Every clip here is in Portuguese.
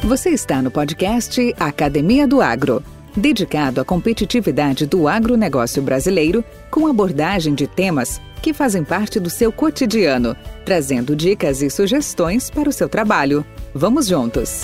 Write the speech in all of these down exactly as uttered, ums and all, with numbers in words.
Você está no podcast Academia do Agro, dedicado à competitividade do agronegócio brasileiro, com abordagem de temas que fazem parte do seu cotidiano, trazendo dicas e sugestões para o seu trabalho. Vamos juntos!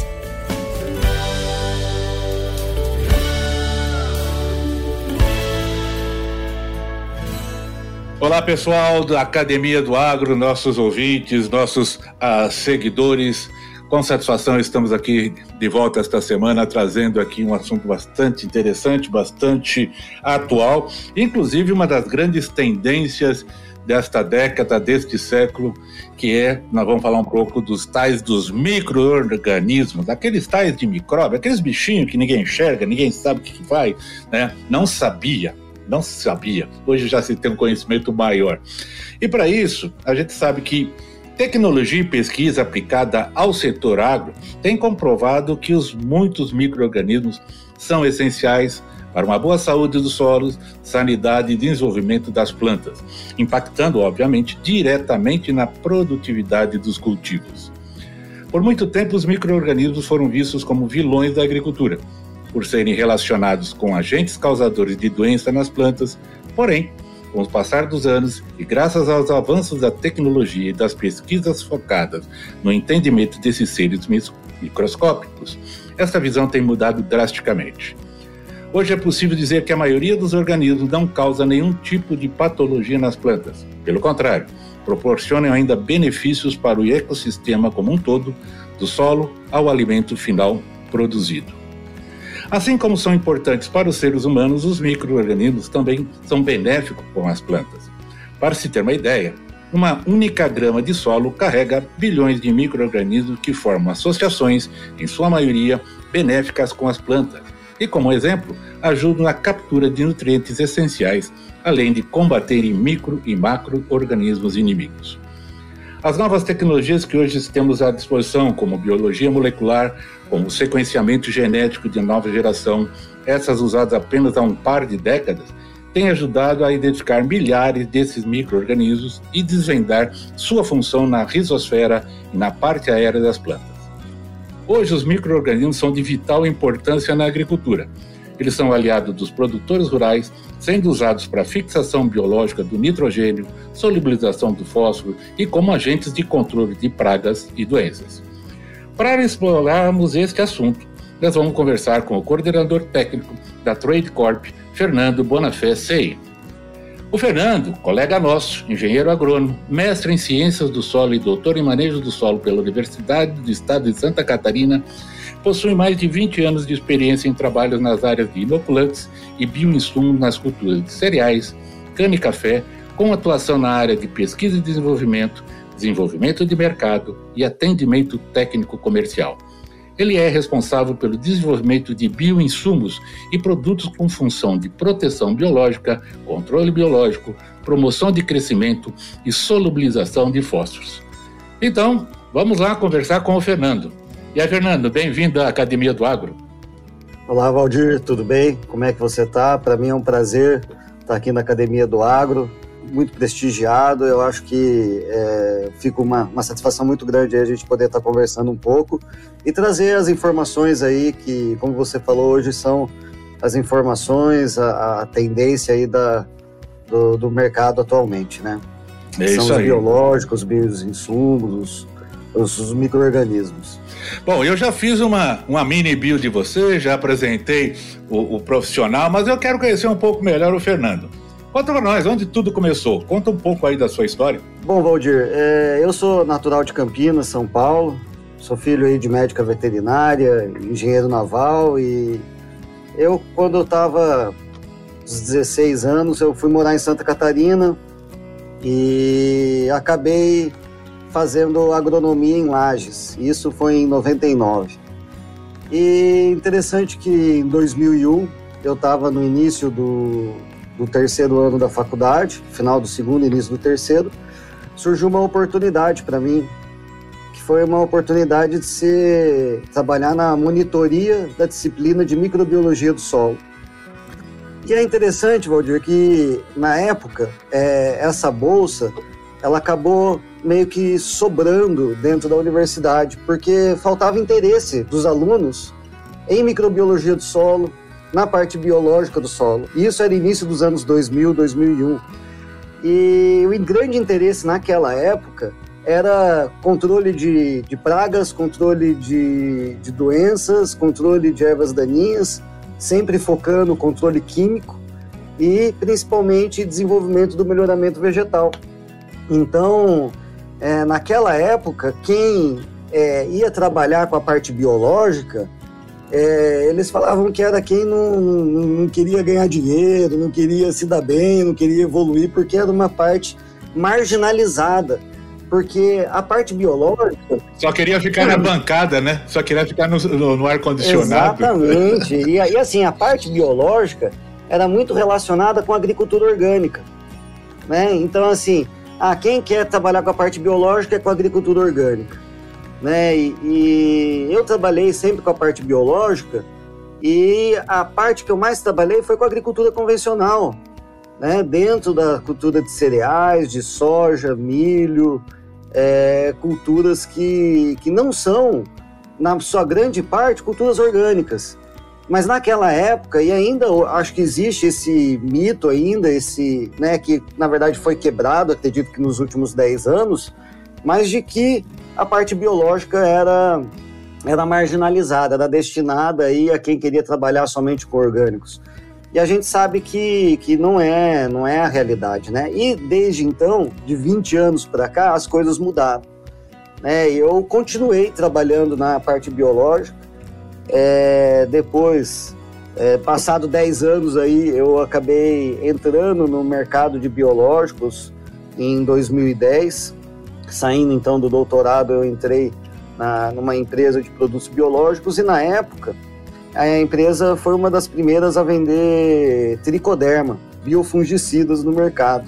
Olá, pessoal da Academia do Agro, nossos ouvintes, nossos uh, seguidores. Com satisfação estamos aqui de volta esta semana, trazendo aqui um assunto bastante interessante, bastante atual, inclusive uma das grandes tendências desta década, deste século, que é, nós vamos falar um pouco dos tais dos micro-organismos, aqueles tais de micróbio, aqueles bichinhos que ninguém enxerga, ninguém sabe o que, que faz, né? Não sabia. Não se sabia, hoje já se tem um conhecimento maior. E para isso, a gente sabe que tecnologia e pesquisa aplicada ao setor agro tem comprovado que os muitos micro-organismos são essenciais para uma boa saúde dos solos, sanidade e desenvolvimento das plantas, impactando, obviamente, diretamente na produtividade dos cultivos. Por muito tempo, os micro-organismos foram vistos como vilões da agricultura, por serem relacionados com agentes causadores de doença nas plantas. Porém, com o passar dos anos e graças aos avanços da tecnologia e das pesquisas focadas no entendimento desses seres microscópicos, essa visão tem mudado drasticamente. Hoje é possível dizer que a maioria dos organismos não causa nenhum tipo de patologia nas plantas. Pelo contrário, proporcionam ainda benefícios para o ecossistema como um todo, do solo ao alimento final produzido. Assim como são importantes para os seres humanos, os micro-organismos também são benéficos com as plantas. Para se ter uma ideia, uma única grama de solo carrega bilhões de micro-organismos que formam associações, em sua maioria, benéficas com as plantas. E, como exemplo, ajudam na captura de nutrientes essenciais, além de combaterem micro- e macro-organismos inimigos. As novas tecnologias que hoje temos à disposição, como biologia molecular, como o sequenciamento genético de nova geração, essas usadas apenas há um par de décadas, têm ajudado a identificar milhares desses micro-organismos e desvendar sua função na rizosfera e na parte aérea das plantas. Hoje, os micro-organismos são de vital importância na agricultura. Eles são aliados dos produtores rurais, sendo usados para fixação biológica do nitrogênio, solubilização do fósforo e como agentes de controle de pragas e doenças. Para explorarmos este assunto, nós vamos conversar com o coordenador técnico da Trade Corp, Fernando Bonafé C I. O Fernando, colega nosso, engenheiro agrônomo, mestre em ciências do solo e doutor em manejo do solo pela Universidade do Estado de Santa Catarina, possui mais de vinte anos de experiência em trabalhos nas áreas de inoculantes e bioinsumos nas culturas de cereais, cana e café, com atuação na área de pesquisa e desenvolvimento, desenvolvimento de mercado e atendimento técnico comercial. Ele é responsável pelo desenvolvimento de bioinsumos e produtos com função de proteção biológica, controle biológico, promoção de crescimento e solubilização de fósforos. Então, vamos lá conversar com o Fernando. E aí, Fernando, bem-vindo à Academia do Agro. Olá, Valdir, tudo bem? Como é que você está? Para mim é um prazer estar aqui na Academia do Agro, muito prestigiado. Eu acho que é, fica uma, uma satisfação muito grande a gente poder estar conversando um pouco e trazer as informações aí que, como você falou hoje, são as informações, a, a tendência aí da, do, do mercado atualmente, né? É são isso os aí. biológicos, os bioinsumos, os, os micro-organismos. Bom, eu já fiz uma, uma mini bio de você, já apresentei o, o profissional, mas eu quero conhecer um pouco melhor o Fernando. Conta para nós, onde tudo começou? Conta um pouco aí da sua história. Bom, Valdir, é, eu sou natural de Campinas, São Paulo, sou filho aí de médica veterinária, engenheiro naval, e eu, quando eu estava uns dezesseis anos, eu fui morar em Santa Catarina e acabei fazendo agronomia em Lages. Isso foi em noventa e nove. E interessante que em dois mil e um eu estava no início do, do terceiro ano da faculdade, final do segundo, início do terceiro, surgiu uma oportunidade para mim, que foi uma oportunidade de ser, trabalhar na monitoria da disciplina de microbiologia do solo. E é interessante, Valdir, que na época, é, essa bolsa, ela acabou meio que sobrando dentro da universidade, porque faltava interesse dos alunos em microbiologia do solo, na parte biológica do solo. Isso era início dos anos dois mil, dois mil e um. E o grande interesse naquela época era controle de, de pragas, controle de, de doenças, controle de ervas daninhas, sempre focando no controle químico e principalmente desenvolvimento do melhoramento vegetal. Então, é, naquela época, quem é, ia trabalhar com a parte biológica, é, eles falavam que era quem não, não, não queria ganhar dinheiro, não queria se dar bem, não queria evoluir, porque era uma parte marginalizada. Porque a parte biológica... Só queria ficar na bancada, né? Só queria ficar no, no, no ar-condicionado. Exatamente. E, e assim, a parte biológica era muito relacionada com a agricultura orgânica, né? Então, assim, ah, quem quer trabalhar com a parte biológica é com a agricultura orgânica, né? E, e eu trabalhei sempre com a parte biológica e a parte que eu mais trabalhei foi com a agricultura convencional, né? Dentro da cultura de cereais, de soja, milho, é, culturas que, que não são, na sua grande parte, culturas orgânicas. Mas naquela época, e ainda acho que existe esse mito ainda, esse, né, que na verdade foi quebrado, acredito que nos últimos dez anos, mas de que a parte biológica era, era marginalizada, era destinada aí a quem queria trabalhar somente com orgânicos. E a gente sabe que, que não, é, não é a realidade, né? E desde então, de vinte anos para cá, as coisas mudaram, né? Eu continuei trabalhando na parte biológica. É, depois, é, passado dez anos aí, eu acabei entrando no mercado de biológicos em dois mil e dez. Saindo então do doutorado, eu entrei na, numa empresa de produtos biológicos e na época a empresa foi uma das primeiras a vender tricoderma, biofungicidas no mercado.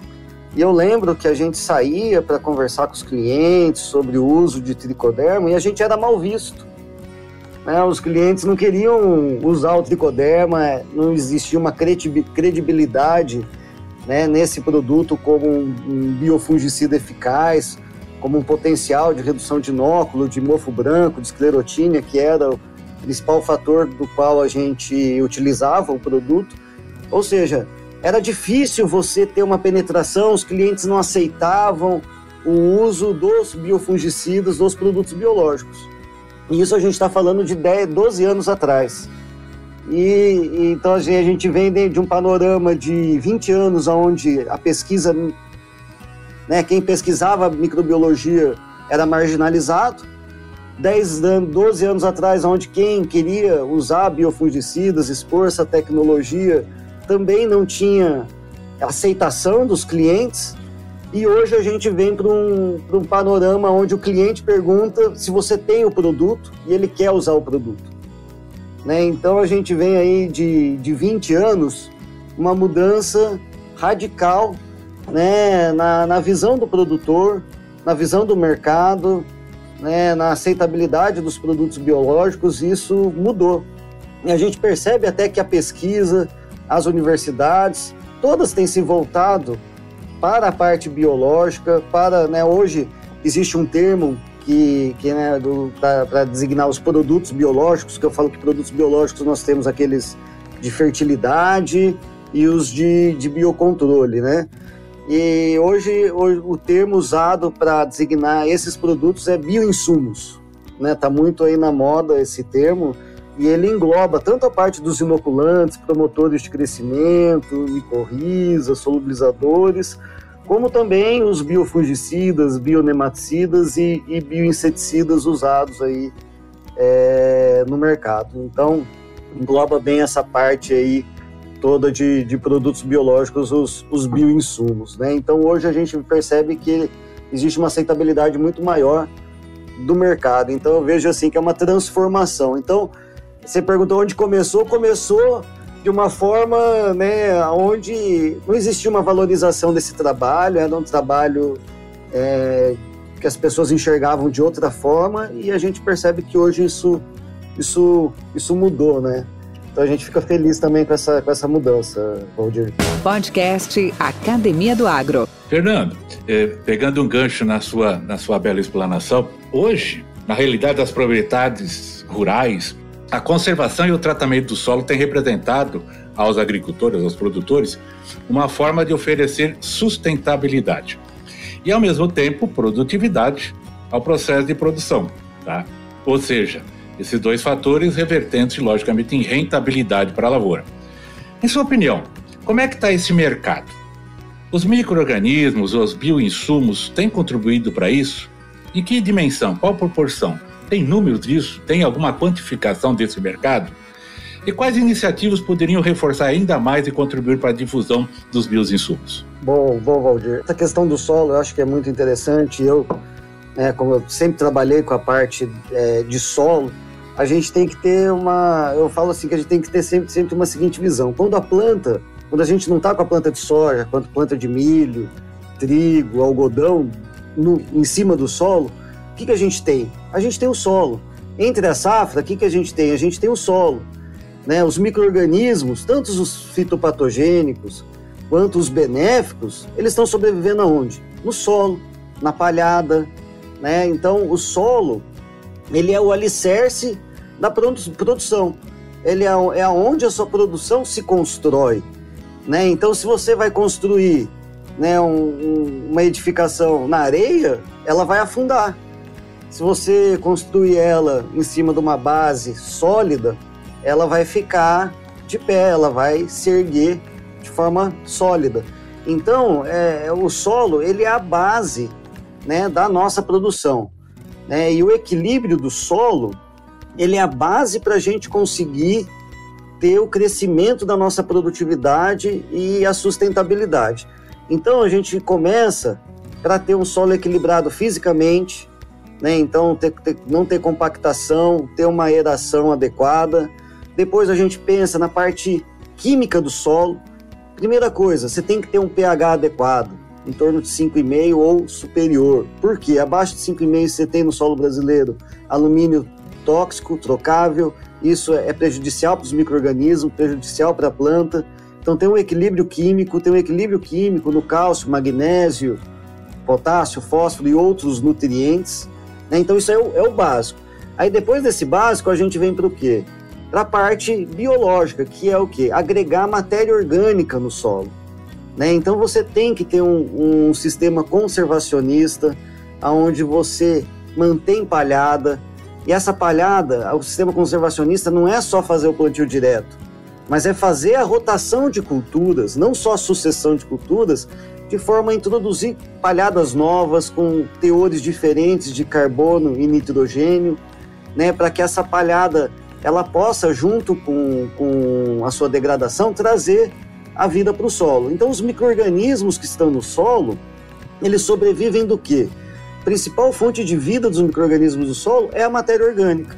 E eu lembro que a gente saía para conversar com os clientes sobre o uso de tricoderma e a gente era mal visto. Né? Os clientes não queriam usar o tricoderma, não existia uma credibilidade, né, nesse produto como um, um biofungicida eficaz, como um potencial de redução de inóculo, de mofo branco, de esclerotínia, que era o principal fator do qual a gente utilizava o produto. Ou seja, era difícil você ter uma penetração, os clientes não aceitavam o uso dos biofungicidas, dos produtos biológicos. E isso a gente está falando de dez, doze anos atrás. E, e, então a gente vem de um panorama de vinte anos onde a pesquisa, né, quem pesquisava microbiologia era marginalizado, dez, doze anos atrás, onde quem queria usar biofungicidas, expor essa tecnologia, também não tinha aceitação dos clientes, e hoje a gente vem para um, para um panorama onde o cliente pergunta se você tem o produto e ele quer usar o produto. Né? Então a gente vem aí de, de vinte anos, uma mudança radical, né, na, na visão do produtor, na visão do mercado, né, na aceitabilidade dos produtos biológicos. Isso mudou. E a gente percebe até que a pesquisa, as universidades, todas têm se voltado para a parte biológica, para, né, hoje existe um termo que, que né, para designar os produtos biológicos, que eu falo que produtos biológicos nós temos aqueles de fertilidade e os de, de biocontrole, né? E hoje, hoje o termo usado para designar esses produtos é bioinsumos, né? Tá muito aí na moda esse termo, e ele engloba tanto a parte dos inoculantes, promotores de crescimento, micorrizas, solubilizadores, como também os biofungicidas, bionematicidas e, e bioinseticidas usados aí é, no mercado. Então, engloba bem essa parte aí toda de, de produtos biológicos, os, os bioinsumos, né? Então, hoje a gente percebe que existe uma aceitabilidade muito maior do mercado. Então, eu vejo assim que é uma transformação. Então, você perguntou onde começou, começou de uma forma, né, onde não existia uma valorização desse trabalho, era um trabalho é, que as pessoas enxergavam de outra forma, e a gente percebe que hoje isso, isso, isso mudou, né? Então a gente fica feliz também com essa, com essa mudança, Valdir. Podcast Academia do Agro. Fernando, eh, pegando um gancho na sua, na sua bela explanação, hoje, na realidade das propriedades rurais, a conservação e o tratamento do solo têm representado aos agricultores, aos produtores, uma forma de oferecer sustentabilidade e, ao mesmo tempo, produtividade ao processo de produção, tá? Ou seja, esses dois fatores revertendo-se, logicamente, em rentabilidade para a lavoura. Em sua opinião, como é que está esse mercado? Os micro-organismos, os bioinsumos, têm contribuído para isso? Em que dimensão? Qual proporção? Tem números disso? Tem alguma quantificação desse mercado? E quais iniciativas poderiam reforçar ainda mais e contribuir para a difusão dos bioinsumos? Bom, bom, Valdir, essa questão do solo eu acho que é muito interessante. Eu, é, como eu sempre trabalhei com a parte é, de solo, a gente tem que ter uma... Eu falo assim que a gente tem que ter sempre, sempre uma seguinte visão. Quando a planta, quando a gente não está com a planta de soja, quanto planta de milho, trigo, algodão, no, em cima do solo, o que, que a gente tem? A gente tem o solo. Entre a safra, o que, que a gente tem? A gente tem o solo. Né? Os micro-organismos, tanto os fitopatogênicos quanto os benéficos, eles estão sobrevivendo aonde? No solo, na palhada. Né? Então, o solo, ele é o alicerce da produ- produção. Ele é, é onde a sua produção se constrói. Né? Então, se você vai construir, né, um, um, uma edificação na areia, ela vai afundar. Se você construir ela em cima de uma base sólida, ela vai ficar de pé, ela vai se erguer de forma sólida. Então, é, o solo, ele é a base, né, da nossa produção. Né? E o equilíbrio do solo, ele é a base para a gente conseguir ter o crescimento da nossa produtividade e a sustentabilidade. Então, a gente começa para ter um solo equilibrado fisicamente, né? Então, ter, ter, não ter compactação, ter uma aeração adequada. Depois a gente pensa na parte química do solo. Primeira coisa, você tem que ter um pH adequado, em torno de cinco vírgula cinco ou superior. Por quê? Abaixo de cinco vírgula cinco você tem no solo brasileiro alumínio tóxico, trocável. Isso é prejudicial para os micro-organismos, prejudicial para a planta. Então tem um equilíbrio químico, tem um equilíbrio químico no cálcio, magnésio, potássio, fósforo e outros nutrientes. Né? Então isso é o, é o básico. Aí depois desse básico a gente vem para o quê? Para a parte biológica, que é o quê? Agregar matéria orgânica no solo. Né? Então você tem que ter um, um sistema conservacionista, onde você mantém palhada. E essa palhada, o sistema conservacionista não é só fazer o plantio direto, mas é fazer a rotação de culturas, não só a sucessão de culturas, de forma a introduzir palhadas novas com teores diferentes de carbono e nitrogênio, né, para que essa palhada ela possa, junto com, com a sua degradação, trazer a vida para o solo. Então, os micro-organismos que estão no solo, eles sobrevivem do quê? A principal fonte de vida dos micro-organismos do solo é a matéria orgânica.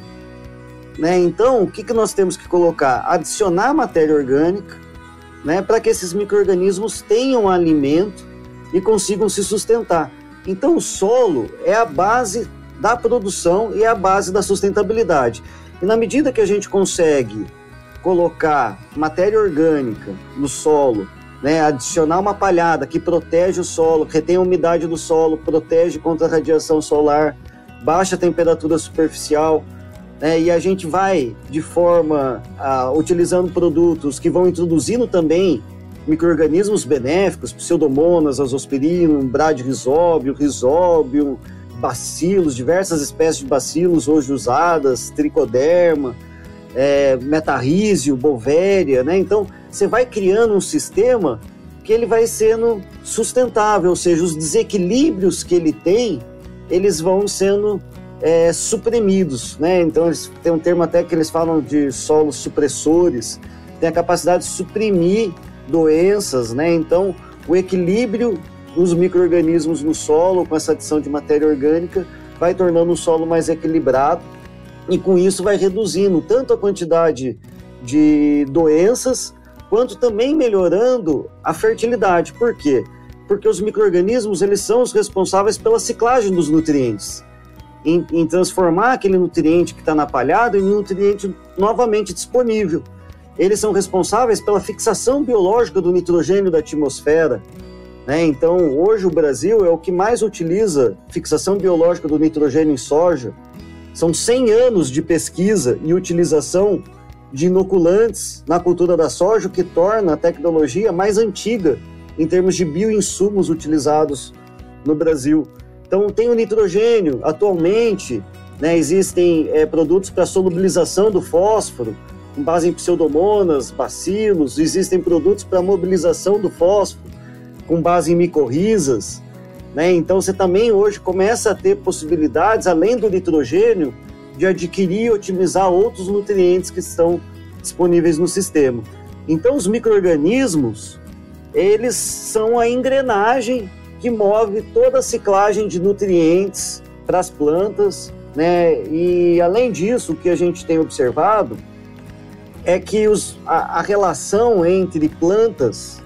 Né? Então, o que, que nós temos que colocar? Adicionar matéria orgânica, né, para que esses micro-organismos tenham alimento e consigam se sustentar. Então, o solo é a base da produção e é a base da sustentabilidade. E na medida que a gente consegue colocar matéria orgânica no solo, né, adicionar uma palhada que protege o solo, retém a umidade do solo, protege contra a radiação solar, baixa a temperatura superficial, né, e a gente vai, de forma, a, utilizando produtos que vão introduzindo também micro-organismos benéficos, pseudomonas, azospirillum, bradyrhizóbio, rhizóbio, bacilos, diversas espécies de bacilos hoje usadas, tricoderma, é, metarrísio, bovéria, né? Então, você vai criando um sistema que ele vai sendo sustentável, ou seja, os desequilíbrios que ele tem, eles vão sendo é, suprimidos, né? Então, eles, tem um termo até que eles falam de solos supressores, tem a capacidade de suprimir doenças, né? Então, o equilíbrio dos micro-organismos no solo, com essa adição de matéria orgânica, vai tornando o solo mais equilibrado e com isso vai reduzindo tanto a quantidade de doenças, quanto também melhorando a fertilidade. Por quê? Porque os micro-organismos, eles são os responsáveis pela ciclagem dos nutrientes, em, em transformar aquele nutriente que está na palhada em um nutriente novamente disponível. Eles são responsáveis pela fixação biológica do nitrogênio da atmosfera, Né? Então, hoje o Brasil é o que mais utiliza fixação biológica do nitrogênio em soja. São cem anos de pesquisa e utilização de inoculantes na cultura da soja, o que torna a tecnologia mais antiga em termos de bioinsumos utilizados no Brasil. Então, tem o nitrogênio. Atualmente, né, existem é, produtos para solubilização do fósforo, com base em pseudomonas, bacilos. Existem produtos para mobilização do fósforo, com base em micorrizas. Né? Então, você também hoje começa a ter possibilidades, além do nitrogênio, de adquirir e otimizar outros nutrientes que estão disponíveis no sistema. Então, os micro-organismos, eles são a engrenagem que move toda a ciclagem de nutrientes para as plantas, né? E, além disso, o que a gente tem observado é que os, a, a relação entre plantas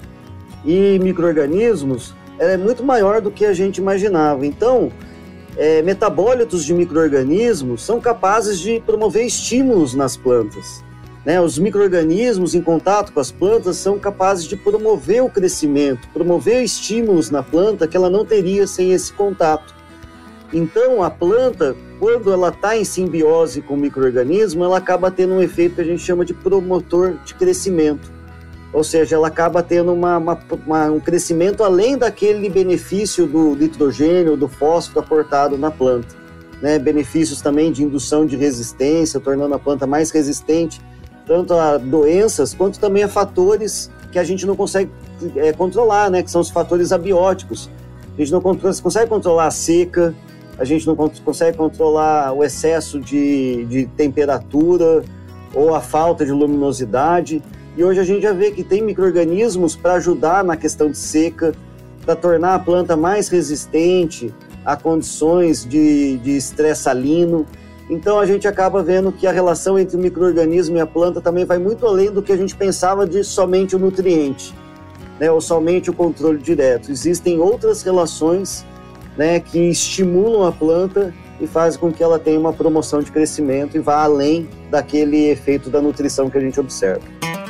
e micro-organismos é muito maior do que a gente imaginava. Então, é, metabólitos de micro-organismos são capazes de promover estímulos nas plantas. Né? Os micro-organismos em contato com as plantas são capazes de promover o crescimento, promover estímulos na planta que ela não teria sem esse contato. Então, a planta, quando ela está em simbiose com o micro-organismo, ela acaba tendo um efeito que a gente chama de promotor de crescimento. Ou seja, ela acaba tendo uma, uma, uma, um crescimento além daquele benefício do nitrogênio, do fósforo aportado na planta. Né? Benefícios também de indução de resistência, tornando a planta mais resistente, tanto a doenças, quanto também a fatores que a gente não consegue é, controlar, né? Que são os fatores abióticos. A gente não consegue controlar a seca, a gente não consegue controlar o excesso de, de temperatura ou a falta de luminosidade. E hoje a gente já vê que tem micro-organismos para ajudar na questão de seca, para tornar a planta mais resistente a condições de estresse salino. Então a gente acaba vendo que a relação entre o micro-organismo e a planta também vai muito além do que a gente pensava de somente o nutriente, né, ou somente o controle direto. Existem outras relações, né, que estimulam a planta e fazem com que ela tenha uma promoção de crescimento e vá além daquele efeito da nutrição que a gente observa.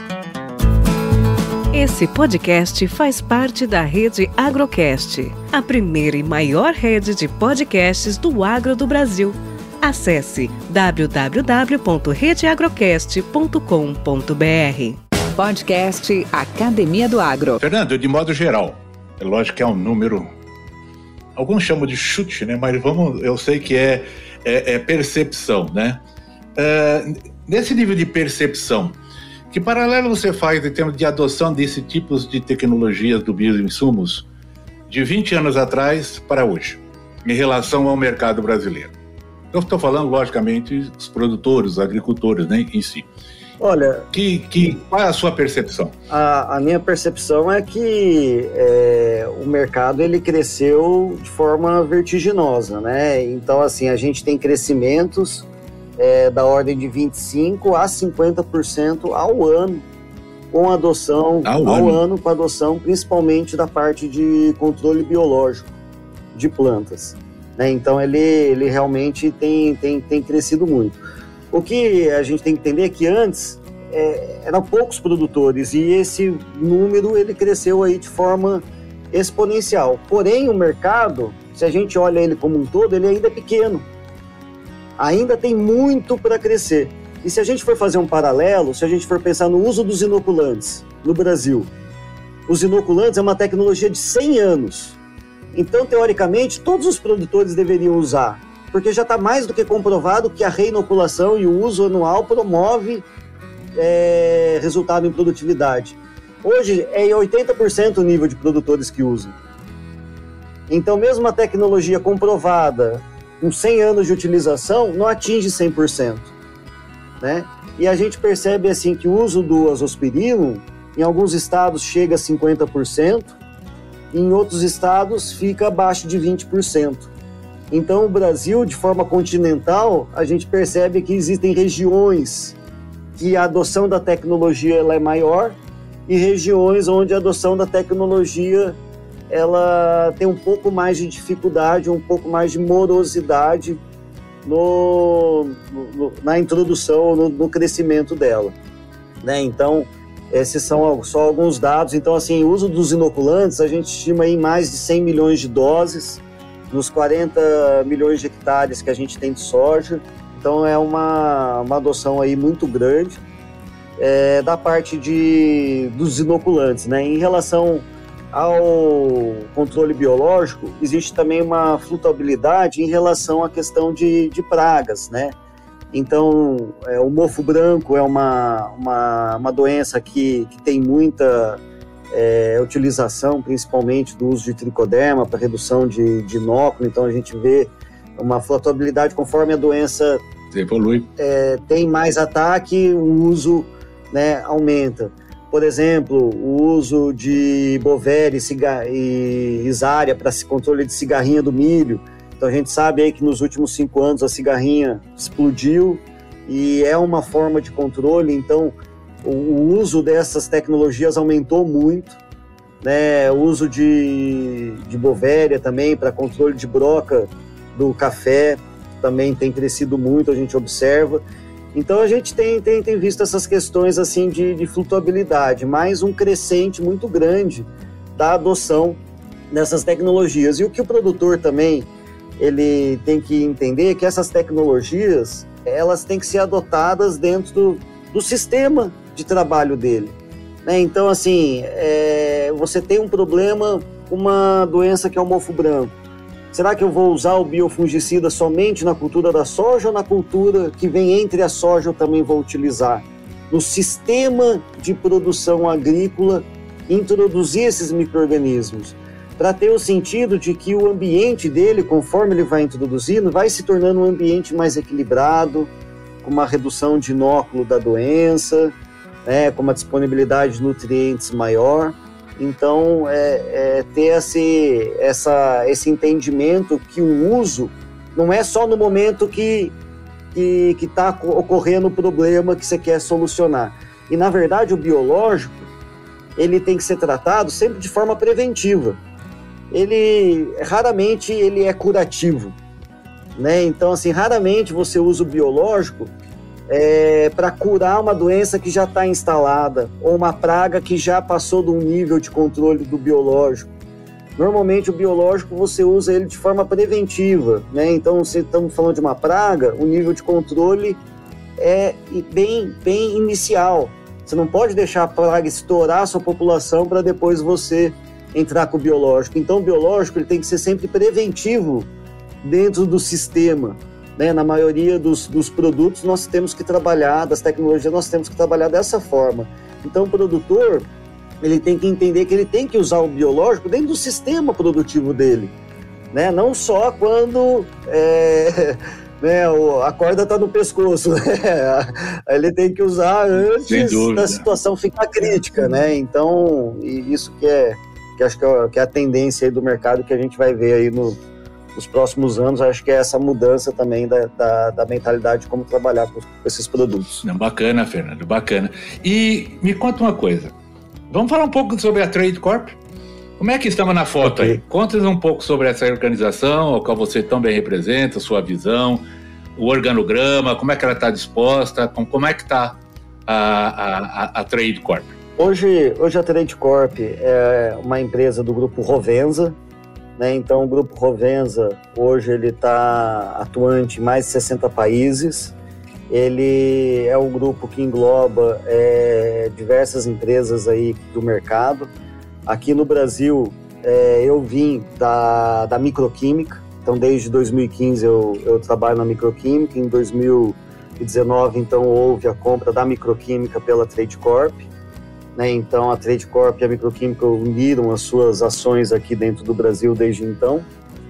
Esse podcast faz parte da rede Agrocast, a primeira e maior rede de podcasts do agro do Brasil. Acesse w w w ponto rede agrocast ponto com ponto b r. Podcast Academia do Agro. Fernando, de modo geral, é lógico que é um número, alguns chamam de chute, né? Mas vamos, eu sei que é, é, é percepção, né? É, nesse nível de percepção, que paralelo você faz em termos de adoção desse tipo de tecnologias do bioinsumos de vinte anos atrás para hoje, em relação ao mercado brasileiro? Eu estou falando, logicamente, os produtores, os agricultores, né, em si. Olha... Que, que, qual é a sua percepção? A, a minha percepção é que é, o mercado ele cresceu de forma vertiginosa, né? Então, assim, a gente tem crescimentos é, da ordem de vinte e cinco por cento a cinquenta por cento ao ano, com adoção, ao, ao ano. ano, com adoção principalmente da parte de controle biológico de plantas. Né? Então, ele, ele realmente tem, tem, tem crescido muito. O que a gente tem que entender é que antes é, eram poucos produtores e esse número ele cresceu aí de forma exponencial. Porém, o mercado, se a gente olha ele como um todo, ele ainda é pequeno. Ainda tem muito para crescer. E se a gente for fazer um paralelo, se a gente for pensar no uso dos inoculantes no Brasil, os inoculantes é uma tecnologia de cem anos. Então, teoricamente, todos os produtores deveriam usar, porque já está mais do que comprovado que a reinoculação e o uso anual promove é, resultado em produtividade. Hoje é oitenta por cento o nível de produtores que usam. Então, mesmo a tecnologia comprovada, com cem anos de utilização, não atinge cem por cento. Né? E a gente percebe assim, que o uso do azospirillum, em alguns estados chega a cinquenta por cento, e em outros estados fica abaixo de vinte por cento. Então, o Brasil, de forma continental, a gente percebe que existem regiões que a adoção da tecnologia ela é maior e regiões onde a adoção da tecnologia ela tem um pouco mais de dificuldade, um pouco mais de morosidade no, no, na introdução, no, no crescimento dela. Né? Então, Esses são só alguns dados. Então, assim, o uso dos inoculantes, a gente estima em mais de cem milhões de doses, nos quarenta milhões de hectares que a gente tem de soja. Então, é uma, uma adoção aí muito grande é, da parte de, dos inoculantes, né? Em relação ao controle biológico, existe também uma flutuabilidade em relação à questão de, de pragas, né? Então, é, o mofo branco é uma, uma, uma doença que, que tem muita é, utilização, principalmente do uso de tricoderma para redução de, de inóculo. Então, a gente vê uma flutuabilidade conforme a doença evolui. É, tem mais ataque, o uso, né, aumenta. Por exemplo, o uso de bovéria e, e isária para controle de cigarrinha do milho. Então a gente sabe aí que nos últimos cinco anos a cigarrinha explodiu e é uma forma de controle, então o, o uso dessas tecnologias aumentou muito, né? O uso de, de bovéria também para controle de broca do café também tem crescido muito, a gente observa. Então a gente tem, tem, tem visto essas questões assim de, de flutuabilidade, mais um crescente muito grande da adoção dessas tecnologias. E o que o produtor também ele tem que entender que essas tecnologias, elas têm que ser adotadas dentro do, do sistema de trabalho dele, né? Então, assim, é, você tem um problema, uma doença que é o mofo branco. Será que eu vou usar o biofungicida somente na cultura da soja ou na cultura que vem entre a soja eu também vou utilizar? No sistema de produção agrícola, introduzir esses micro-organismos, para ter o sentido de que o ambiente dele, conforme ele vai introduzindo, vai se tornando um ambiente mais equilibrado, com uma redução de inóculo da doença, né, com uma disponibilidade de nutrientes maior. Então, é, é ter esse, essa, esse entendimento que o uso não é só no momento que que está ocorrendo o problema que você quer solucionar. E, na verdade, o biológico, ele tem que ser tratado sempre de forma preventiva. Ele raramente ele é curativo, né? Então, assim, raramente você usa o biológico é, para curar uma doença que já está instalada ou uma praga que já passou de um nível de controle do biológico. Normalmente o biológico você usa ele de forma preventiva, né? Então, se estamos falando de uma praga, o nível de controle é bem, bem inicial. Você não pode deixar a praga estourar a sua população para depois você entrar com o biológico. Então, o biológico ele tem que ser sempre preventivo dentro do sistema, né? Na maioria dos, dos produtos nós temos que trabalhar, das tecnologias nós temos que trabalhar dessa forma. Então, o produtor ele tem que entender que ele tem que usar o biológico dentro do sistema produtivo dele, né? Não só quando é, né, a corda está no pescoço, né? Ele tem que usar antes da situação ficar crítica, né? Então, isso que é que acho que é, que é a tendência aí do mercado que a gente vai ver aí no, nos próximos anos. Acho que é essa mudança também da, da, da mentalidade de como trabalhar com, com esses produtos. Não, bacana, Fernando, bacana. E me conta uma coisa, vamos falar um pouco sobre a Trade Corp? Como é que estamos na foto okay. aí? Conta-nos um pouco sobre essa organização, a qual você tão bem representa, sua visão, o organograma, como é que ela está disposta, como é que está a, a, a Trade Corp? Hoje, hoje a Trade Corp é uma empresa do Grupo Rovensa, né? Então o Grupo Rovensa hoje ele está atuante em mais de sessenta países. Ele é um grupo que engloba é, diversas empresas aí do mercado. Aqui no Brasil, é, eu vim da, da microquímica, então desde dois mil e quinze eu, eu trabalho na microquímica. Em dois mil e dezenove, então, houve a compra da microquímica pela Trade Corp. Né? Então, a Trade Corp e a microquímica uniram as suas ações aqui dentro do Brasil desde então.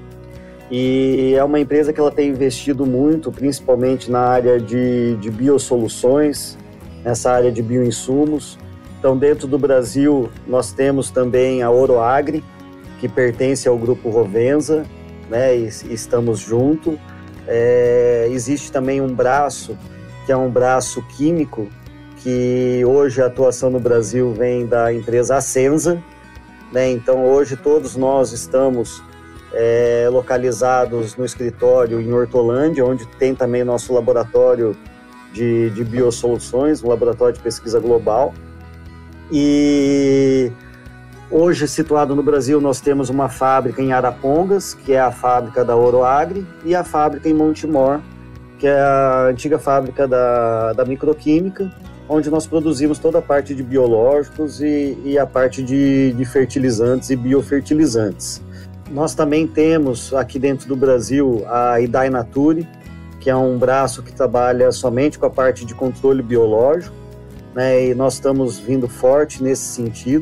E é uma empresa que ela tem investido muito, principalmente na área de, de biosoluções, nessa área de bioinsumos. Então, dentro do Brasil, nós temos também a Oroagri, que pertence ao Grupo Rovensa, né? E, e estamos juntos. É, existe também um braço, que é um braço químico, que hoje a atuação no Brasil vem da empresa Asenza, né? Então, hoje todos nós estamos é, localizados no escritório em Hortolândia, onde tem também nosso laboratório de, de biosoluções, um laboratório de pesquisa global. E hoje, situado no Brasil, nós temos uma fábrica em Arapongas, que é a fábrica da Oroagri, e a fábrica em Montemor, que é a antiga fábrica da, da Microquímica, onde nós produzimos toda a parte de biológicos e, e a parte de, de fertilizantes e biofertilizantes. Nós também temos aqui dentro do Brasil a Idai Nature, que é um braço que trabalha somente com a parte de controle biológico, né, e nós estamos vindo forte nesse sentido.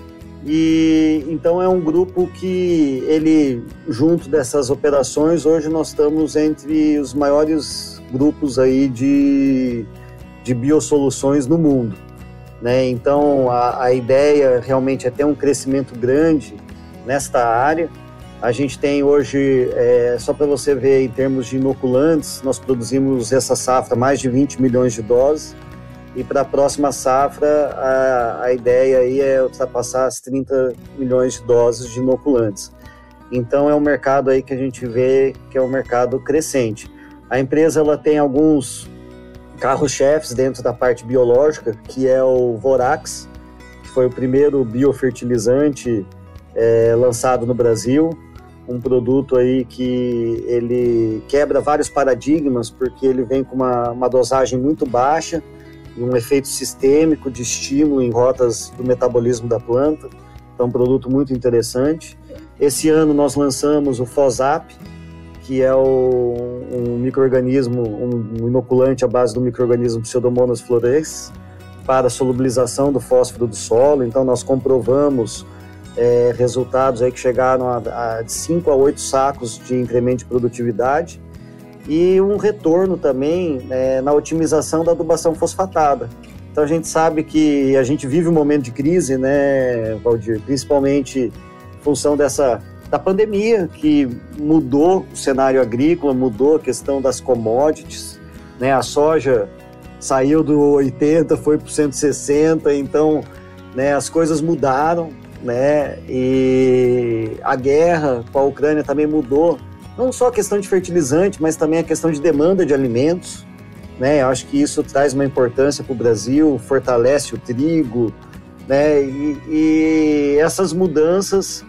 E então é um grupo que ele, junto dessas operações, hoje nós estamos entre os maiores grupos aí de, de biosoluções no mundo, né? Então a, a ideia realmente é ter um crescimento grande nesta área. A gente tem hoje, é, só para você ver em termos de inoculantes, nós produzimos essa safra mais de vinte milhões de doses, e para a próxima safra a, a ideia aí é ultrapassar as trinta milhões de doses de inoculantes. Então é um mercado aí que a gente vê que é um mercado crescente. A empresa ela tem alguns carros-chefes dentro da parte biológica, que é o Vorax, que foi o primeiro biofertilizante é, lançado no Brasil. Um produto aí que ele quebra vários paradigmas, porque ele vem com uma, uma dosagem muito baixa e um efeito sistêmico de estímulo em rotas do metabolismo da planta. Então, um produto muito interessante. Esse ano nós lançamos o Fosap, que é o, um micro-organismo, um, um inoculante à base do micro-organismo Pseudomonas fluorescens para a solubilização do fósforo do solo. Então, nós comprovamos É, resultados aí que chegaram a, a de cinco a oito sacos de incremento de produtividade e um retorno também é, na otimização da adubação fosfatada. Então a gente sabe que a gente vive um momento de crise, né, Valdir? Principalmente em função dessa, da pandemia, que mudou o cenário agrícola, mudou a questão das commodities, né? A soja saiu do oitenta, foi para o cento e sessenta, então, né, as coisas mudaram, né? E a guerra com a Ucrânia também mudou, não só a questão de fertilizante, mas também a questão de demanda de alimentos, né? Eu acho que isso traz uma importância para o Brasil, fortalece o trigo, né? E, e essas mudanças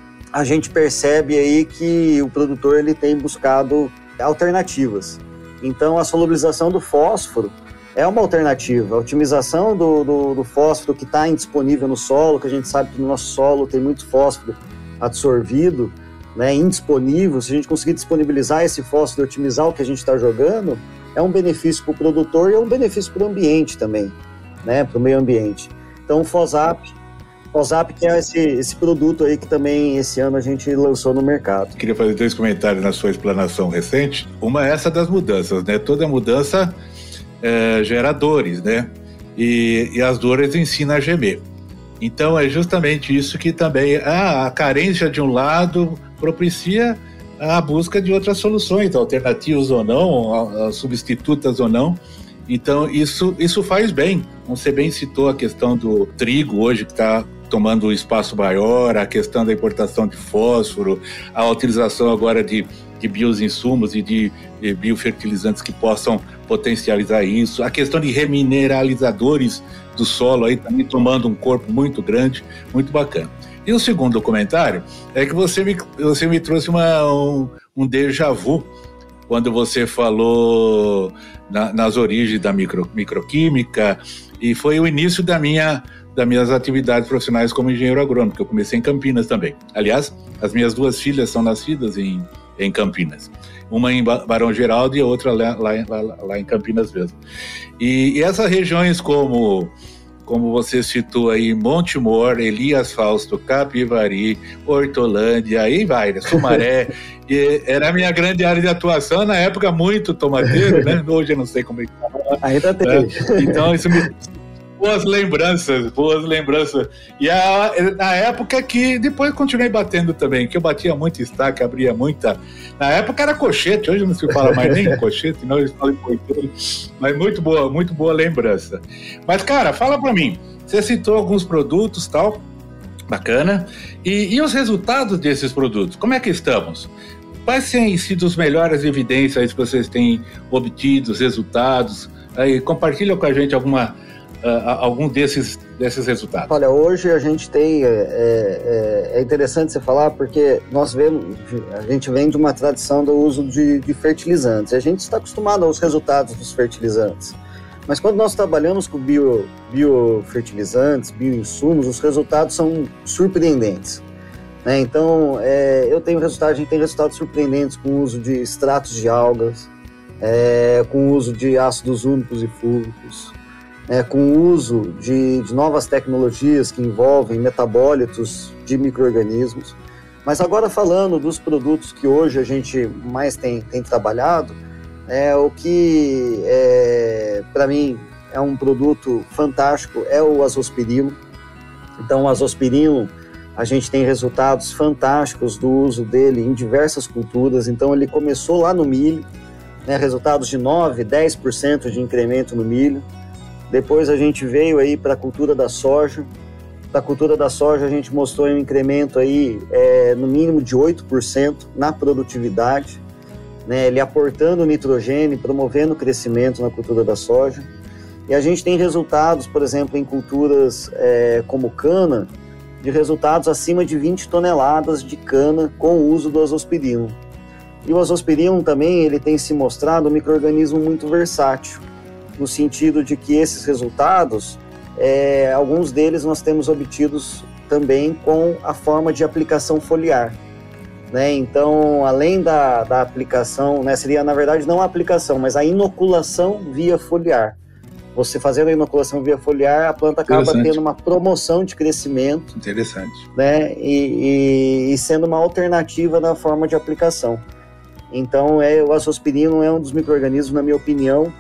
a gente percebe aí que o produtor ele tem buscado alternativas. Então a solubilização do fósforo é uma alternativa. A otimização do, do, do fósforo que está indisponível no solo, que a gente sabe que no nosso solo tem muito fósforo absorvido, né, indisponível. Se a gente conseguir disponibilizar esse fósforo e otimizar o que a gente está jogando, é um benefício para o produtor e é um benefício para o ambiente também, né, para o meio ambiente. Então o Fosap, Fosap que é esse, esse produto aí que também esse ano a gente lançou no mercado. Queria fazer dois comentários na sua explanação recente. Uma é essa das mudanças, né? Toda mudança É, gera dores, né? E, e as dores ensinam a gemer. Então é justamente isso que também ah, a carência de um lado propicia a busca de outras soluções, alternativas ou não, substitutas ou não. Então isso, isso faz bem. Você bem citou a questão do trigo hoje que está tomando um espaço maior, a questão da importação de fósforo, a utilização agora de de bioinsumos e de, de biofertilizantes que possam potencializar isso, a questão de remineralizadores do solo aí também tomando um corpo muito grande, muito bacana. E o segundo comentário é que você me, você me trouxe uma, um, um déjà vu quando você falou na, nas origens da micro, microquímica, e foi o início da minha, das minhas atividades profissionais como engenheiro agrônomo, que eu comecei em Campinas também. Aliás, as minhas duas filhas são nascidas em em Campinas, uma em Barão Geraldo e a outra lá, lá, lá, lá em Campinas mesmo. E, e essas regiões como, como você citou aí, Montemor, Elias Fausto, Capivari, Hortolândia, aí vai, né? Sumaré, e era a minha grande área de atuação, na época muito tomateiro, né? Hoje eu não sei como é que tá. Ainda tem. É, então isso me... Boas lembranças, boas lembranças. E a, na época que depois continuei batendo também, que eu batia muito estaca, abria muita. Na época era cochete, hoje não se fala mais nem cochete, não, eles falam coiteiro. Mas muito boa, muito boa lembrança. Mas, cara, fala pra mim, você citou alguns produtos e tal, bacana, e, e os resultados desses produtos, como é que estamos? Quais têm sido as melhores evidências que vocês têm obtido, os resultados? Aí, compartilha com a gente alguma. uh, algum desses, desses resultados? Olha, hoje a gente tem, é, é, é interessante você falar, porque nós vemos, a gente vem de uma tradição do uso de, de fertilizantes, a gente está acostumado aos resultados dos fertilizantes, mas quando nós trabalhamos com bio, biofertilizantes, bioinsumos, os resultados são surpreendentes. Né? Então, é, eu tenho resultados, a gente tem resultados surpreendentes com o uso de extratos de algas, é, com o uso de ácidos úmicos e fúlvicos, é, com o uso de, de novas tecnologias que envolvem metabólitos de micro-organismos. Mas agora falando dos produtos que hoje a gente mais tem, tem trabalhado, é, o que é, para mim é um produto fantástico é o azospirilo. Então o azospirilo, a gente tem resultados fantásticos do uso dele em diversas culturas. Então ele começou lá no milho, né, resultados de nove, dez por cento de incremento no milho. Depois a gente veio aí para a cultura da soja. Da cultura da soja a gente mostrou um incremento aí é, no mínimo de oito por cento na produtividade, né, ele aportando nitrogênio, promovendo o crescimento na cultura da soja. E a gente tem resultados, por exemplo, em culturas é, como cana, de resultados acima de vinte toneladas de cana com o uso do azospirilo. E o azospirilo também ele tem se mostrado um micro-organismo muito versátil, no sentido de que esses resultados, é, alguns deles nós temos obtidos também com a forma de aplicação foliar. Né? Então, além da, da aplicação, né, seria na verdade não a aplicação, mas a inoculação via foliar. Você fazendo a inoculação via foliar, a planta acaba tendo uma promoção de crescimento. Interessante. Né? E, e, e sendo uma alternativa na forma de aplicação. Então, é, o azospirilo é um dos micro-organismos, na minha opinião,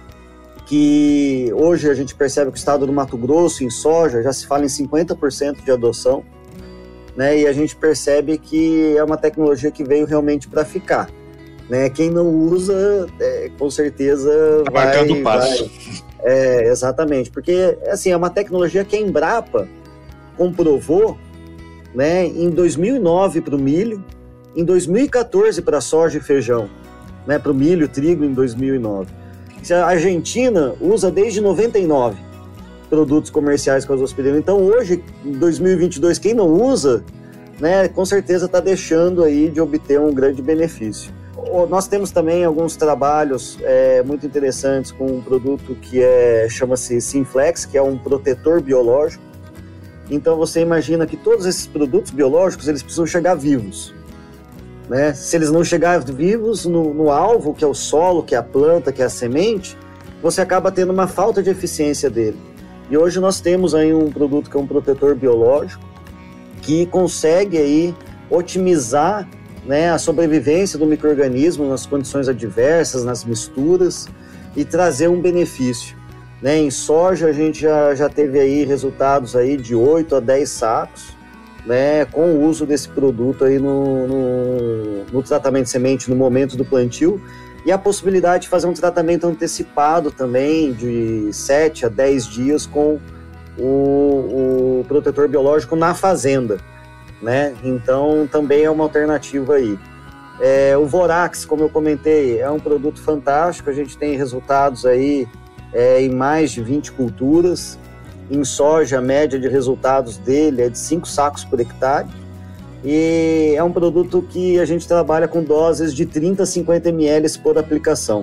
que hoje a gente percebe que o estado do Mato Grosso, em soja, já se fala em cinquenta por cento de adoção. Né, e a gente percebe que é uma tecnologia que veio realmente para ficar. Né? Quem não usa, é, com certeza tá vai... marcando o passo. Vai, é, exatamente, porque assim, é uma tecnologia que a Embrapa comprovou, né, em dois mil e nove para o milho, em dois mil e quatorze para soja e feijão, né, para o milho e trigo em dois mil e nove. A Argentina usa desde noventa e nove. Produtos comerciais com azospirilo. Então hoje, em dois mil e vinte e dois, quem não usa, né, com certeza está deixando aí de obter um grande benefício. Nós temos também alguns trabalhos é, muito interessantes com um produto que é, chama-se Sinflex, que é um protetor biológico. Então você imagina que todos esses produtos biológicos eles precisam chegar vivos. Né? Se eles não chegarem vivos no, no alvo, que é o solo, que é a planta, que é a semente, você acaba tendo uma falta de eficiência dele. E hoje nós temos aí um produto que é um protetor biológico que consegue aí otimizar, né, a sobrevivência do micro-organismo nas condições adversas, nas misturas e trazer um benefício. Né? Em soja a gente já, já teve aí resultados aí de oito a dez sacos, né, com o uso desse produto aí no, no, no tratamento de semente no momento do plantio. E a possibilidade de fazer um tratamento antecipado também de sete a dez dias com o, o protetor biológico na fazenda, né? Então também é uma alternativa aí. É, o Vorax, como eu comentei, é um produto fantástico, a gente tem resultados aí é, em mais de vinte culturas. Em soja, a média de resultados dele é de cinco sacos por hectare. E é um produto que a gente trabalha com doses de trinta a cinquenta mililitros por aplicação.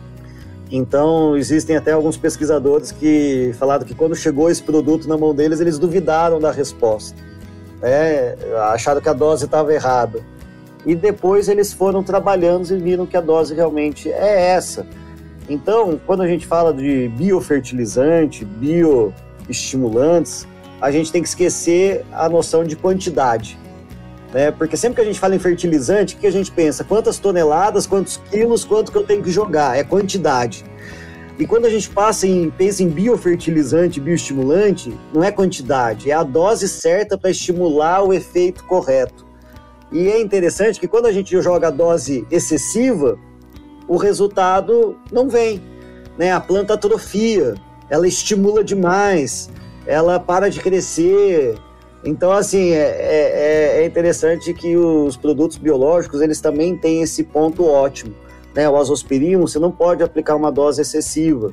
Então, existem até alguns pesquisadores que falaram que quando chegou esse produto na mão deles, eles duvidaram da resposta. É, acharam que a dose estava errada. E depois eles foram trabalhando e viram que a dose realmente é essa. Então, quando a gente fala de biofertilizante, bioestimulantes, a gente tem que esquecer a noção de quantidade. Né? Porque sempre que a gente fala em fertilizante, o que a gente pensa? Quantas toneladas, quantos quilos, quanto que eu tenho que jogar? É quantidade. E quando a gente passa em, pensa em biofertilizante, bioestimulante, não é quantidade, é a dose certa para estimular o efeito correto. E é interessante que quando a gente joga a dose excessiva, o resultado não vem. Né? A planta atrofia, ela estimula demais, ela para de crescer. Então, assim, é, é, é interessante que os produtos biológicos, eles também têm esse ponto ótimo. Né? O azospirilo, você não pode aplicar uma dose excessiva.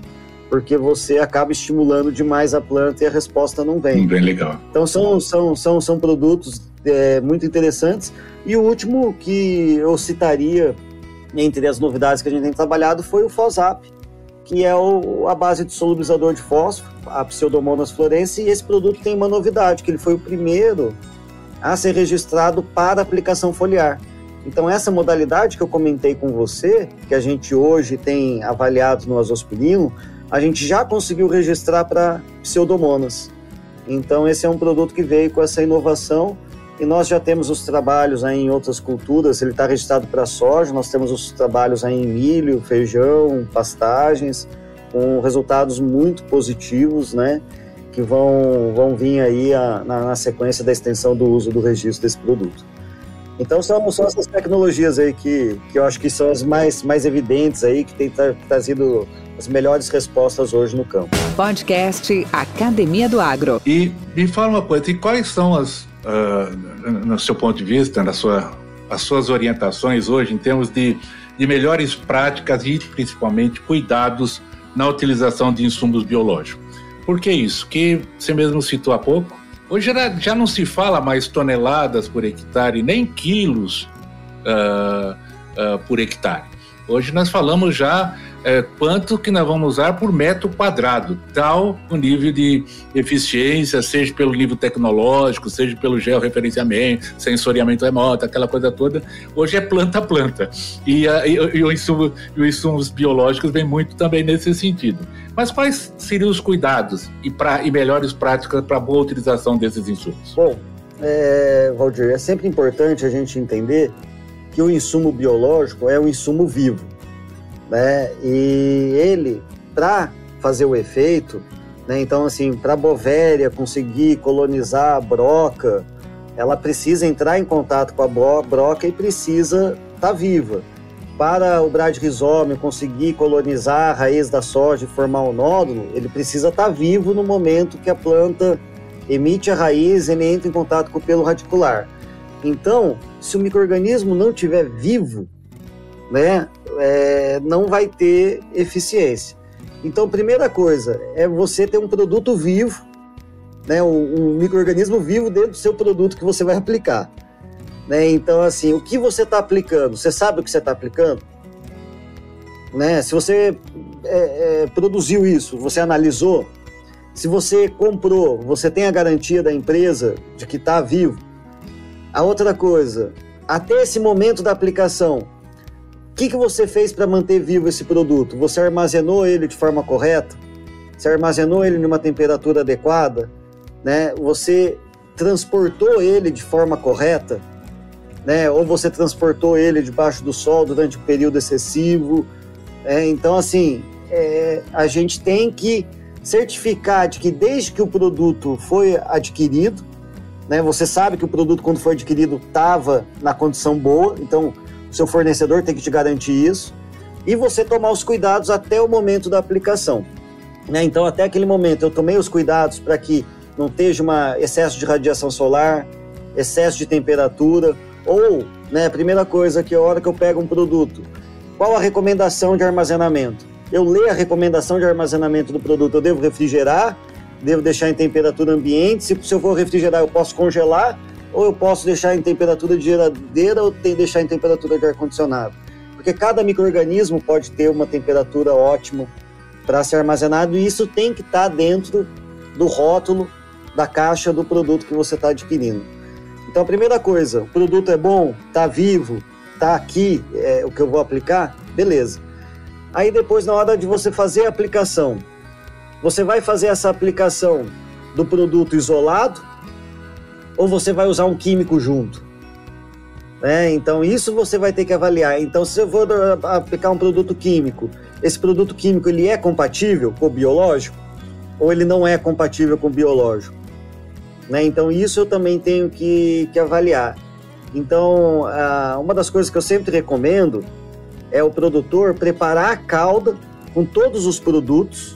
porque você acaba estimulando demais a planta e a resposta não vem. Bem legal. Então são, são, são, são produtos é, muito interessantes. E o último que eu citaria entre as novidades que a gente tem trabalhado foi o Fosap, que é o, a base de solubilizador de fósforo, a Pseudomonas florense, e esse produto tem uma novidade, que ele foi o primeiro a ser registrado para aplicação foliar. Então essa modalidade que eu comentei com você, que a gente hoje tem avaliado no azospirino, a gente já conseguiu registrar para Pseudomonas. Então esse é um produto que veio com essa inovação, e nós já temos os trabalhos aí em outras culturas. Ele está registrado para soja, nós temos os trabalhos aí em milho, feijão, pastagens, com resultados muito positivos, né, que vão, vão vir aí a, na, na sequência da extensão do uso do registro desse produto. Então são, são essas tecnologias aí que, que eu acho que são as mais, mais evidentes aí, que têm tra- trazido as melhores respostas hoje no campo. Podcast Academia do Agro. E me fala uma coisa, e quais são as, uh, no seu ponto de vista, na sua, as suas orientações hoje em termos de, de melhores práticas e principalmente cuidados na utilização de insumos biológicos? Por que isso? Que você mesmo citou há pouco, hoje já, já não se fala mais toneladas por hectare, nem quilos uh, uh, por hectare. Hoje nós falamos já uh, quanto que nós vamos usar por metro quadrado, tal o nível de eficiência, seja pelo nível tecnológico, seja pelo georreferenciamento, sensoriamento remoto, aquela coisa toda. Hoje é planta a planta. E, uh, e, e, o insumo, e os insumos biológicos vêm muito também nesse sentido. Mas quais seriam os cuidados e, pra, e melhores práticas para a boa utilização desses insumos? Bom, é, Valdir, é sempre importante a gente entender que o insumo biológico é um insumo vivo, né? E ele, para fazer o efeito, né? Então, assim, para a bovéria conseguir colonizar a broca, ela precisa entrar em contato com a broca e precisa estar viva. Para o bradyrhizome conseguir colonizar a raiz da soja e formar um nódulo, ele precisa estar vivo no momento que a planta emite a raiz e ele entra em contato com o pelo radicular. Então, se o micro-organismo não estiver vivo, né, é, não vai ter eficiência. Então, a primeira coisa é você ter um produto vivo, né, um, um micro-organismo vivo dentro do seu produto que você vai aplicar. Né? Então, assim, o que você está aplicando? Você sabe o que você está aplicando? Né? Se você é, é, produziu isso, você analisou? Se você comprou, você tem a garantia da empresa de que está vivo? A outra coisa, até esse momento da aplicação, o que, que você fez para manter vivo esse produto? Você armazenou ele de forma correta? Você armazenou ele numa temperatura adequada? Né? Você transportou ele de forma correta? Né? Ou você transportou ele debaixo do sol durante um período excessivo? É, então, assim, é, a gente tem que certificar de que desde que o produto foi adquirido, né, você sabe que o produto, quando foi adquirido, estava na condição boa, então o seu fornecedor tem que te garantir isso, e você tomar os cuidados até o momento da aplicação. Né? Então, até aquele momento, eu tomei os cuidados para que não esteja um excesso de radiação solar, excesso de temperatura, ou, né, a primeira coisa que a hora que eu pego um produto, qual a recomendação de armazenamento? Eu leio a recomendação de armazenamento do produto, eu devo refrigerar, devo deixar em temperatura ambiente, se, se eu for refrigerar eu posso congelar, ou eu posso deixar em temperatura de geladeira ou tem, deixar em temperatura de ar-condicionado. Porque cada micro-organismo pode ter uma temperatura ótima para ser armazenado e isso tem que estar dentro do rótulo da caixa do produto que você está adquirindo. Então a primeira coisa, o produto é bom, está vivo, está aqui, é, o que eu vou aplicar, beleza. Aí depois, na hora de você fazer a aplicação, você vai fazer essa aplicação do produto isolado ou você vai usar um químico junto? Né? Então isso você vai ter que avaliar. Então se eu vou aplicar um produto químico, esse produto químico ele é compatível com o biológico ou ele não é compatível com o biológico? Né? Então isso eu também tenho que, que avaliar. Então uma das coisas que eu sempre recomendo é o produtor preparar a calda com todos os produtos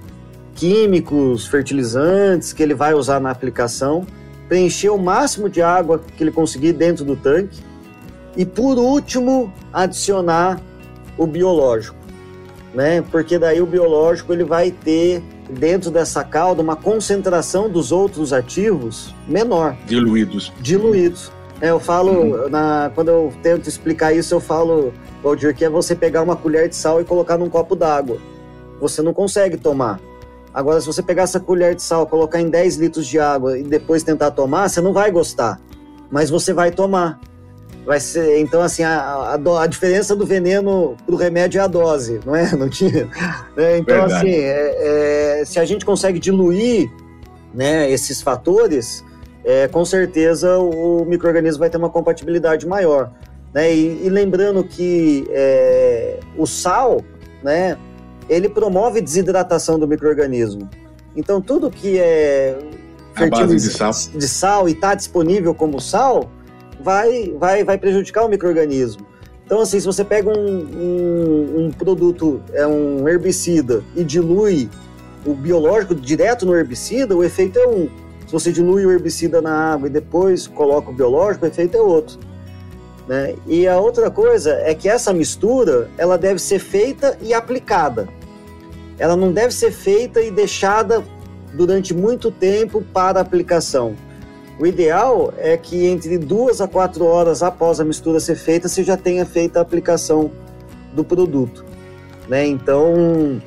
químicos, fertilizantes que ele vai usar na aplicação, preencher o máximo de água que ele conseguir dentro do tanque e, por último, adicionar o biológico. né? Porque daí o biológico ele vai ter dentro dessa calda uma concentração dos outros ativos menor. Diluídos. Diluídos. É, eu falo, uhum. na, quando eu tento explicar isso, eu falo, Valdir, que é você pegar uma colher de sal e colocar num copo d'água. Você não consegue tomar. Agora, se você pegar essa colher de sal, colocar em dez litros de água e depois tentar tomar, você não vai gostar. Mas você vai tomar. Vai ser, então, assim, a, a, a diferença do veneno pro remédio é a dose, não é? Não tinha. É, então, Verdade. assim, é, é, se a gente consegue diluir, né, esses fatores, é, com certeza o micro-organismo vai ter uma compatibilidade maior. Né? E, e lembrando que é, o sal, né, ele promove desidratação do micro-organismo. Então, tudo que é fertilizante de sal, de sal e está disponível como sal, vai, vai, vai prejudicar o micro-organismo. Então, assim, se você pega um, um, um produto, é um herbicida, e dilui o biológico direto no herbicida, o efeito é um. Se você dilui o herbicida na água e depois coloca o biológico, o efeito é outro. Né? E a outra coisa é que essa mistura, ela deve ser feita e aplicada. Ela não deve ser feita e deixada durante muito tempo para aplicação. O ideal é que entre duas a quatro horas após a mistura ser feita, você já tenha feito a aplicação do produto. Né? Então,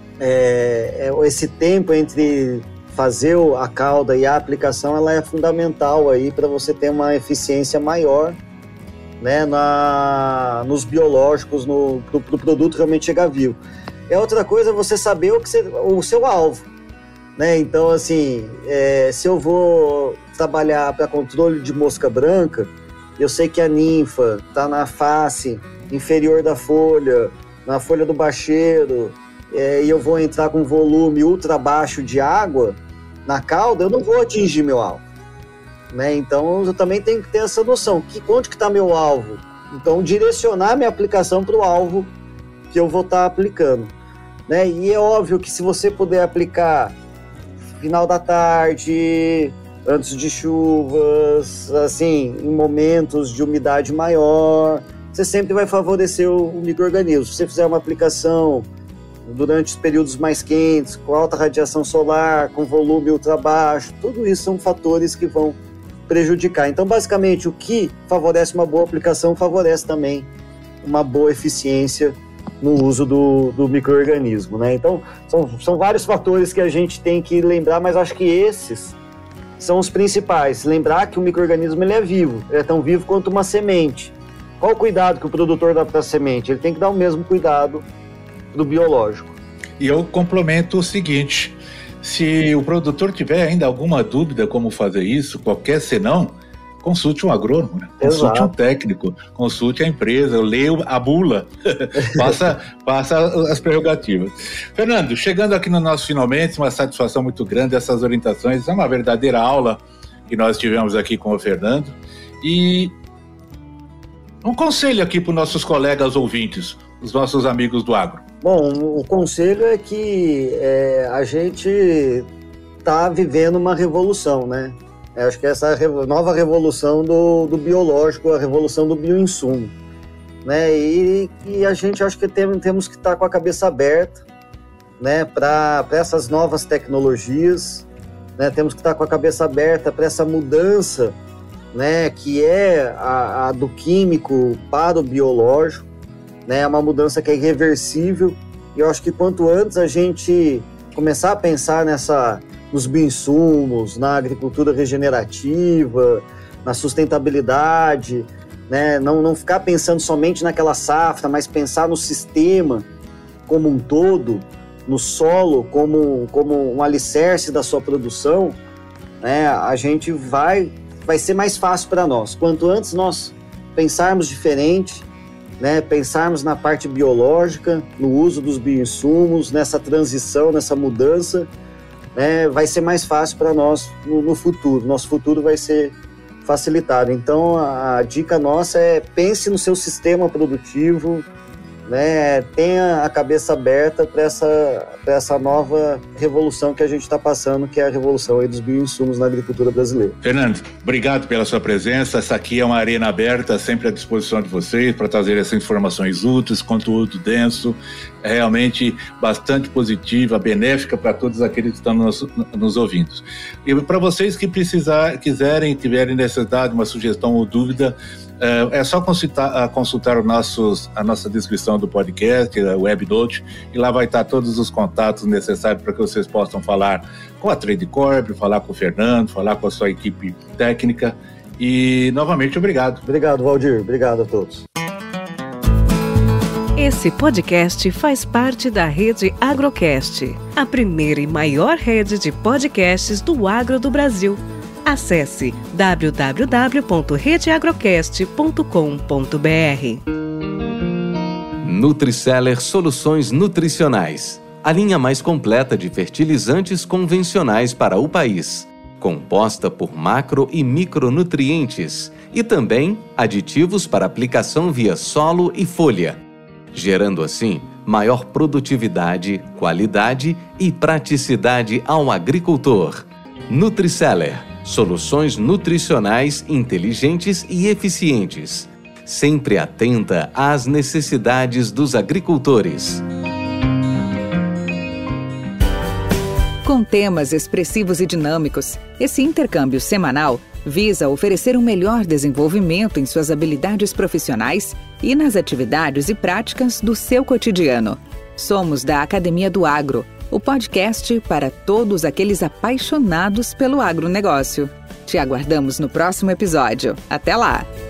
é, é, esse tempo entre fazer a calda e a aplicação, ela é fundamental aí para você ter uma eficiência maior, né, na, nos biológicos, no pro, pro produto realmente chegar vivo. É outra coisa você saber o, que você, o seu alvo, né? Então, assim, é, se eu vou trabalhar para controle de mosca branca, eu sei que a ninfa está na face inferior da folha, na folha do bacheiro, é, e eu vou entrar com volume ultra baixo de água na calda, eu não vou atingir meu alvo. Né? Então, eu também tenho que ter essa noção, que onde que está meu alvo? Então, direcionar minha aplicação para o alvo que eu vou estar tá aplicando. Né? E é óbvio que se você puder aplicar final da tarde, antes de chuvas, assim, em momentos de umidade maior, você sempre vai favorecer o, o micro-organismo. Se você fizer uma aplicação durante os períodos mais quentes, com alta radiação solar, com volume ultra baixo, tudo isso são fatores que vão prejudicar. Então, basicamente, o que favorece uma boa aplicação favorece também uma boa eficiência no uso do, do micro-organismo, né? Então, são, são vários fatores que a gente tem que lembrar, mas acho que esses são os principais. Lembrar que o micro-organismo ele é vivo, ele é tão vivo quanto uma semente. Qual o cuidado que o produtor dá para a semente? Ele tem que dar o mesmo cuidado do biológico. E eu complemento o seguinte: se o produtor tiver ainda alguma dúvida como fazer isso, qualquer senão, consulte um agrônomo, né? Consulte um técnico, consulte a empresa, leia a bula, passa, passa as prerrogativas. Fernando, chegando aqui no nosso finalmente, uma satisfação muito grande, essas orientações, é uma verdadeira aula que nós tivemos aqui com o Fernando. E um conselho aqui para os nossos colegas ouvintes, os nossos amigos do agro. Bom, o conselho é que é, a gente está vivendo uma revolução, né? Eu acho que essa nova revolução do, do biológico, a revolução do bioinsumo, né? E, e a gente acho que tem, temos que estar com a cabeça aberta, né, para essas novas tecnologias, né? Temos que estar com a cabeça aberta para essa mudança, né, que é a, a do químico para o biológico, né? É uma mudança que é irreversível, e eu acho que quanto antes a gente começar a pensar nessa, nos bioinsumos, na agricultura regenerativa, na sustentabilidade, né? Não, não ficar pensando somente naquela safra, mas pensar no sistema como um todo, no solo como, como um alicerce da sua produção, né? A gente vai, vai ser mais fácil para nós. Quanto antes nós pensarmos diferente, né, pensarmos na parte biológica, no uso dos bioinsumos, nessa transição, nessa mudança, né, vai ser mais fácil para nós no, no futuro. Nosso futuro vai ser facilitado. Então, a, a dica nossa é pense no seu sistema produtivo, né, tenha a cabeça aberta para essa, para essa nova revolução que a gente está passando, que é a revolução aí dos bioinsumos na agricultura brasileira. Fernando, obrigado pela sua presença. Essa aqui é uma arena aberta, sempre à disposição de vocês para trazer essas informações úteis, conteúdo denso, realmente bastante positiva, benéfica para todos aqueles que estão nos, nos ouvindo. E para vocês que precisar, quiserem, tiverem necessidade, uma sugestão ou dúvida, é só consultar, consultar o nossos, a nossa descrição do podcast, a WebNote, e lá vai estar todos os contatos necessários para que vocês possam falar com a Tradecorp, falar com o Fernando, falar com a sua equipe técnica. E, novamente, obrigado. Obrigado, Valdir. Obrigado a todos. Esse podcast faz parte da Rede Agrocast, a primeira e maior rede de podcasts do agro do Brasil. Acesse w w w ponto rede agrocast ponto com ponto b r. Nutriceller Soluções Nutricionais, a linha mais completa de fertilizantes convencionais para o país, composta por macro e micronutrientes e também aditivos para aplicação via solo e folha, gerando assim maior produtividade, qualidade e praticidade ao agricultor. Nutriceller, soluções nutricionais inteligentes e eficientes, sempre atenta às necessidades dos agricultores. Com temas expressivos e dinâmicos, esse intercâmbio semanal visa oferecer um melhor desenvolvimento em suas habilidades profissionais e nas atividades e práticas do seu cotidiano. Somos da Academia do Agro, o podcast para todos aqueles apaixonados pelo agronegócio. Te aguardamos no próximo episódio. Até lá!